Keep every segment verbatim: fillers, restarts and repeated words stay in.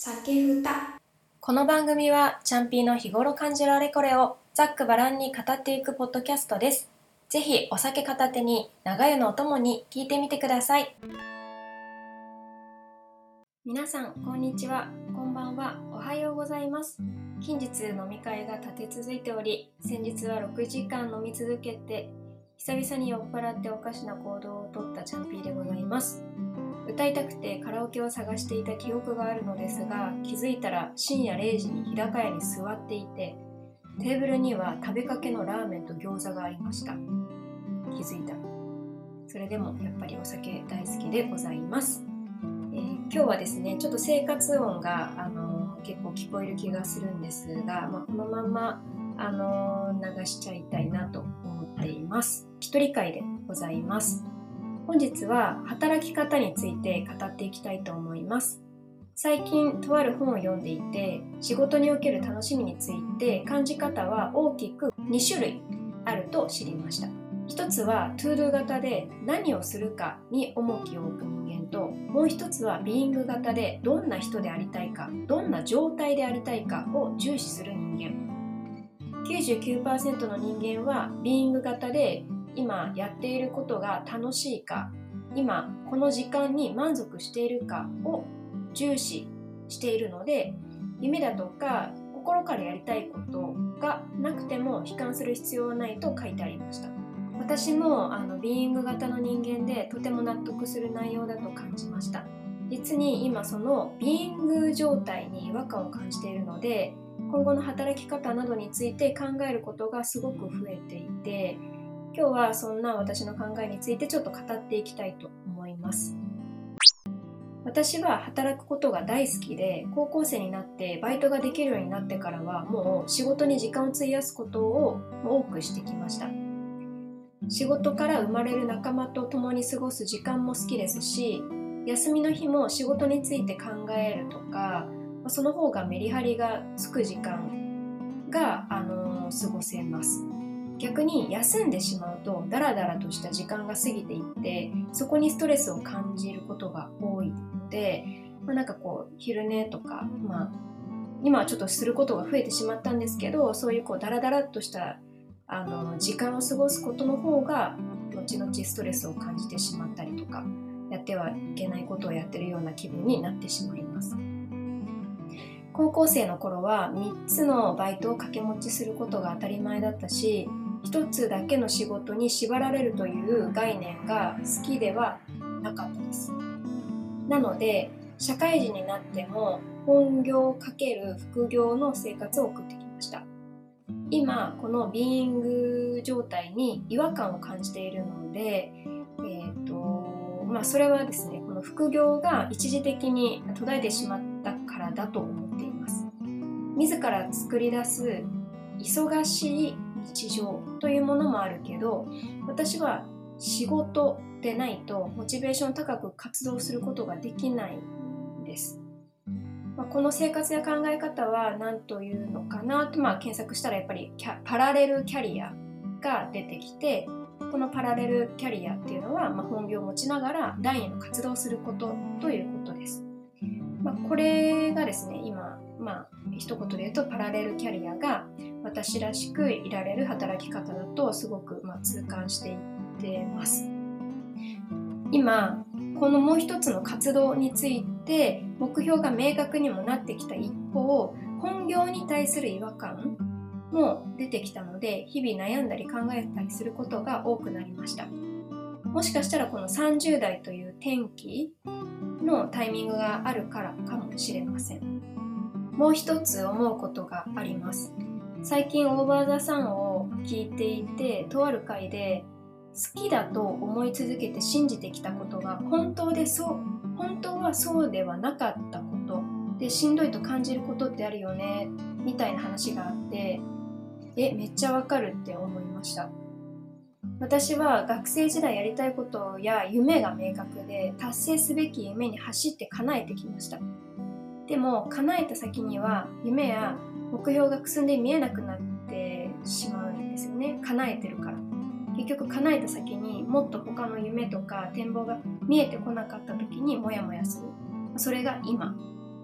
酒ふた。 この番組はチャンピーの日頃感じるあれこれをざっくばらんに語っていくポッドキャストです。ぜひお酒片手に長湯のお供に聞いてみてください。皆さんこんにちは、こんばんは、おはようございます。近日飲み会が立て続いており、先日はろくじかん飲み続けて久々に酔っ払っておかしな行動をとったチャンピーでございます。歌いたくてカラオケを探していた記憶があるのですが、気づいたら深夜れいじに日高屋に座っていて、テーブルには食べかけのラーメンと餃子がありました。気づいたら。それでもやっぱりお酒大好きでございます。えー、今日はですね、ちょっと生活音が、あのー、結構聞こえる気がするんですが、まあ、このまま、あのー、流しちゃいたいなと思っています。一人会でございます。本日は働き方について語っていきたいと思います。最近とある本を読んでいて、仕事における楽しみについて感じ方は大きくに種類あると知りました。一つはトゥードゥ型で何をするかに重きを置く人間と、もう一つはビーイング型でどんな人でありたいか、どんな状態でありたいかを重視する人間。きゅうじゅうきゅうパーセント の人間はビーイング型で、今やっていることが楽しいか、今この時間に満足しているかを重視しているので、夢だとか心からやりたいことがなくても悲観する必要はないと書いてありました。私もあのビーイング型の人間でとても納得する内容だと感じました。実に今そのビーイング状態に違和感を感じているので、今後の働き方などについて考えることがすごく増えていて、今日はそんな私の考えについてちょっと語っていきたいと思います。私は働くことが大好きで、高校生になってバイトができるようになってからはもう仕事に時間を費やすことを多くしてきました。仕事から生まれる仲間と共に過ごす時間も好きですし、休みの日も仕事について考えるとか、その方がメリハリがつく時間が、あのー、過ごせます。逆に休んでしまうとダラダラとした時間が過ぎていって、そこにストレスを感じることが多いので、まあ、なんかこう昼寝とか、まあ、今はちょっとすることが増えてしまったんですけど、そういうこうダラダラっとしたあの時間を過ごすことの方が後々ストレスを感じてしまったりとか、やってはいけないことをやってるような気分になってしまいます。高校生の頃はみっつのバイトを掛け持ちすることが当たり前だったし、ひとつだけの仕事に縛られるという概念が好きではなかったです。なので社会人になっても本業×副業の生活を送ってきました。今このビーイング状態に違和感を感じているので、えーとまあ、それはですね、この副業が一時的に途絶えてしまったからだと思っています。自ら作り出す忙しい日常というものもあるけど、私は仕事でないとモチベーション高く活動することができないんです。まあ、この生活や考え方は何というのかなと、まあ、検索したらやっぱりパラレルキャリアが出てきて、このパラレルキャリアっていうのは、まあ、本業を持ちながら第二の活動をすることということです。まあ、これがですね、今、まあ、一言で言うとパラレルキャリアが私らしくいられる働き方だとすごく、まあ、痛感していってます。今このもう一つの活動について目標が明確にもなってきた一方、本業に対する違和感も出てきたので、日々悩んだり考えたりすることが多くなりました。もしかしたらこのさんじゅう代という転機のタイミングがあるからかもしれません。もう一つ思うことがあります。最近オーバーザさんを聞いていて、とある回で好きだと思い続けて信じてきたことが本当でそう本当はそうではなかったことで、しんどいと感じることってあるよねみたいな話があって、えめっちゃわかるって思いました。私は学生時代やりたいことや夢が明確で、達成すべき夢に走って叶えてきました。でも叶えた先には夢や目標がくすんで見えなくなってしまうんですよね。叶えてるから。結局叶えた先にもっと他の夢とか展望が見えてこなかった時にモヤモヤする。それが今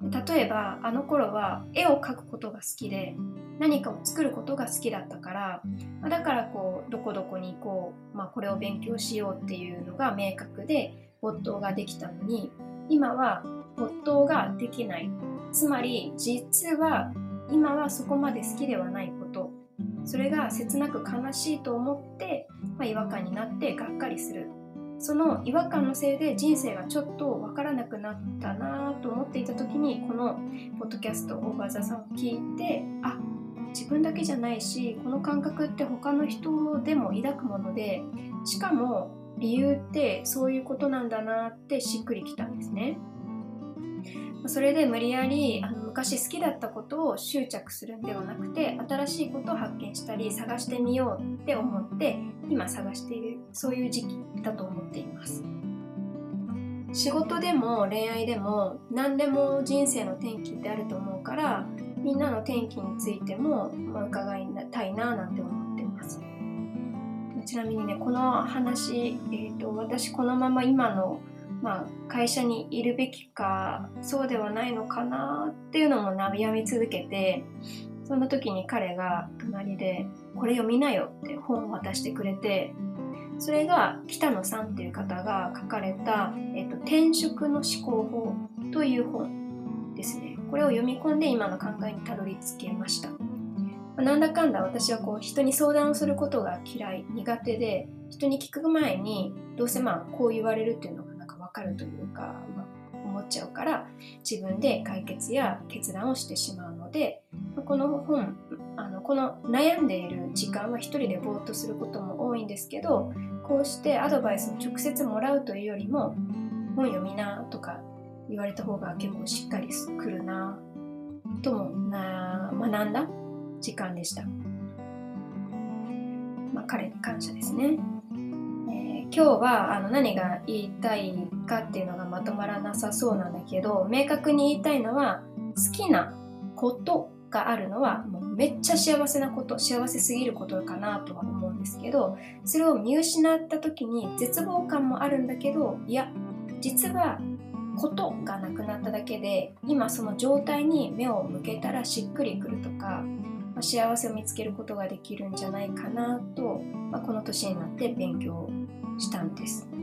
例えばあの頃は絵を描くことが好きで何かを作ることが好きだったからだからこうどこどこに行こう、まあ、これを勉強しようっていうのが明確で没頭ができたのに今は没頭ができない。つまり実は今はそこまで好きではないこと、それが切なく悲しいと思って、まあ、違和感になってがっかりする。その違和感のせいで人生がちょっとわからなくなったなと思っていた時にこのポッドキャストオーバーザさんを聞いて、あ、自分だけじゃないしこの感覚って他の人でも抱くもので、しかも理由ってそういうことなんだなってしっくりきたんですね。それで無理やりあの昔好きだったことを執着するんではなくて新しいことを発見したり探してみようって思って今探している、そういう時期だと思っています。仕事でも恋愛でも何でも人生の転機ってあると思うからみんなの転機についても、まあ、伺いたいななんて思っています。ちなみにねこの話、えーと、私このまま今のまあ、会社にいるべきかそうではないのかなっていうのも悩み続けて、その時に彼が隣でこれ読みなよって本を渡してくれて、それが北野さんっていう方が書かれた、えっと、転職の思考法という本ですね。これを読み込んで今の考えにたどり着けました。なんだかんだ私はこう人に相談をすることが嫌い苦手で、人に聞く前にどうせまあこう言われるっていうのが分かるというか、まあ、思っちゃうから自分で解決や決断をしてしまうので、この本あのこの悩んでいる時間は一人でぼーっとすることも多いんですけど、こうしてアドバイスを直接もらうというよりも本読みなとか言われた方が結構しっかりくるなともな学んだ時間でした。まあ、彼に感謝ですね。今日はあの何が言いたいかっていうのがまとまらなさそうなんだけど、明確に言いたいのは好きなことがあるのはもうめっちゃ幸せなこと、幸せすぎることかなとは思うんですけど、それを見失った時に絶望感もあるんだけど、いや実はことがなくなっただけで今その状態に目を向けたらしっくりくるとか、幸せを見つけることができるんじゃないかなと、まあ、この年になって勉強したんです、うん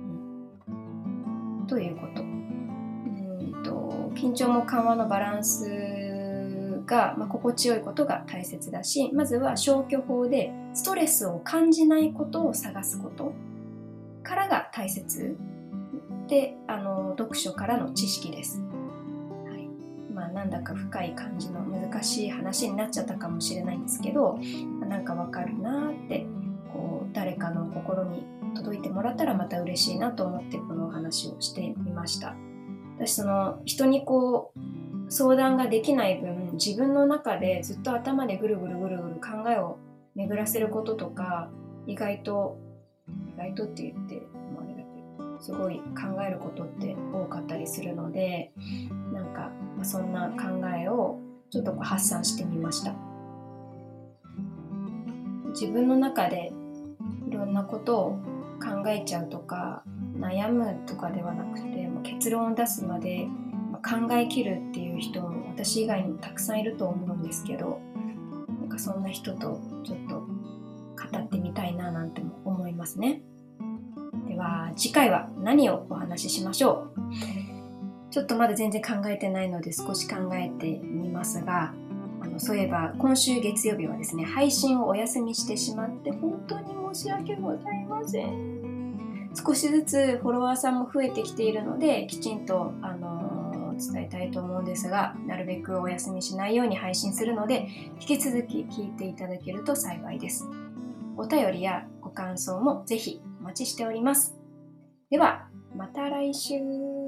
、ということ。うんと緊張も緩和のバランスが、まあ、心地よいことが大切だし、まずは消去法でストレスを感じないことを探すことからが大切で、あの読書からの知識です。はい、まあなんだか深い感じの難しい話になっちゃったかもしれないんですけど、なんかわかるなってこう誰かの心に届いてもらったらまた嬉しいなと思ってこのお話をしてみました。私その人にこう相談ができない分自分の中でずっと頭でぐるぐるぐるぐる考えを巡らせることとか意外と意外とって言ってもあれだけどすごい考えることって多かったりするので、なんか、まあ、そんな考えをちょっとこう発散してみました。自分の中でいろんなことを考えちゃうとか悩むとかではなくて、もう結論を出すまで考え切るっていう人も私以外にもたくさんいると思うんですけど、なんかそんな人とちょっと語ってみたいななんても思いますね。では次回は何をお話ししましょう。ちょっとまだ全然考えてないので少し考えてみますが、あのそういえば今週月曜日はですね配信をお休みしてしまって本当に申し訳ございません。少しずつフォロワーさんも増えてきているのできちんとあの伝えたいと思うんですが、なるべくお休みしないように配信するので引き続き聞いていただけると幸いです。お便りやご感想もぜひお待ちしております。ではまた来週。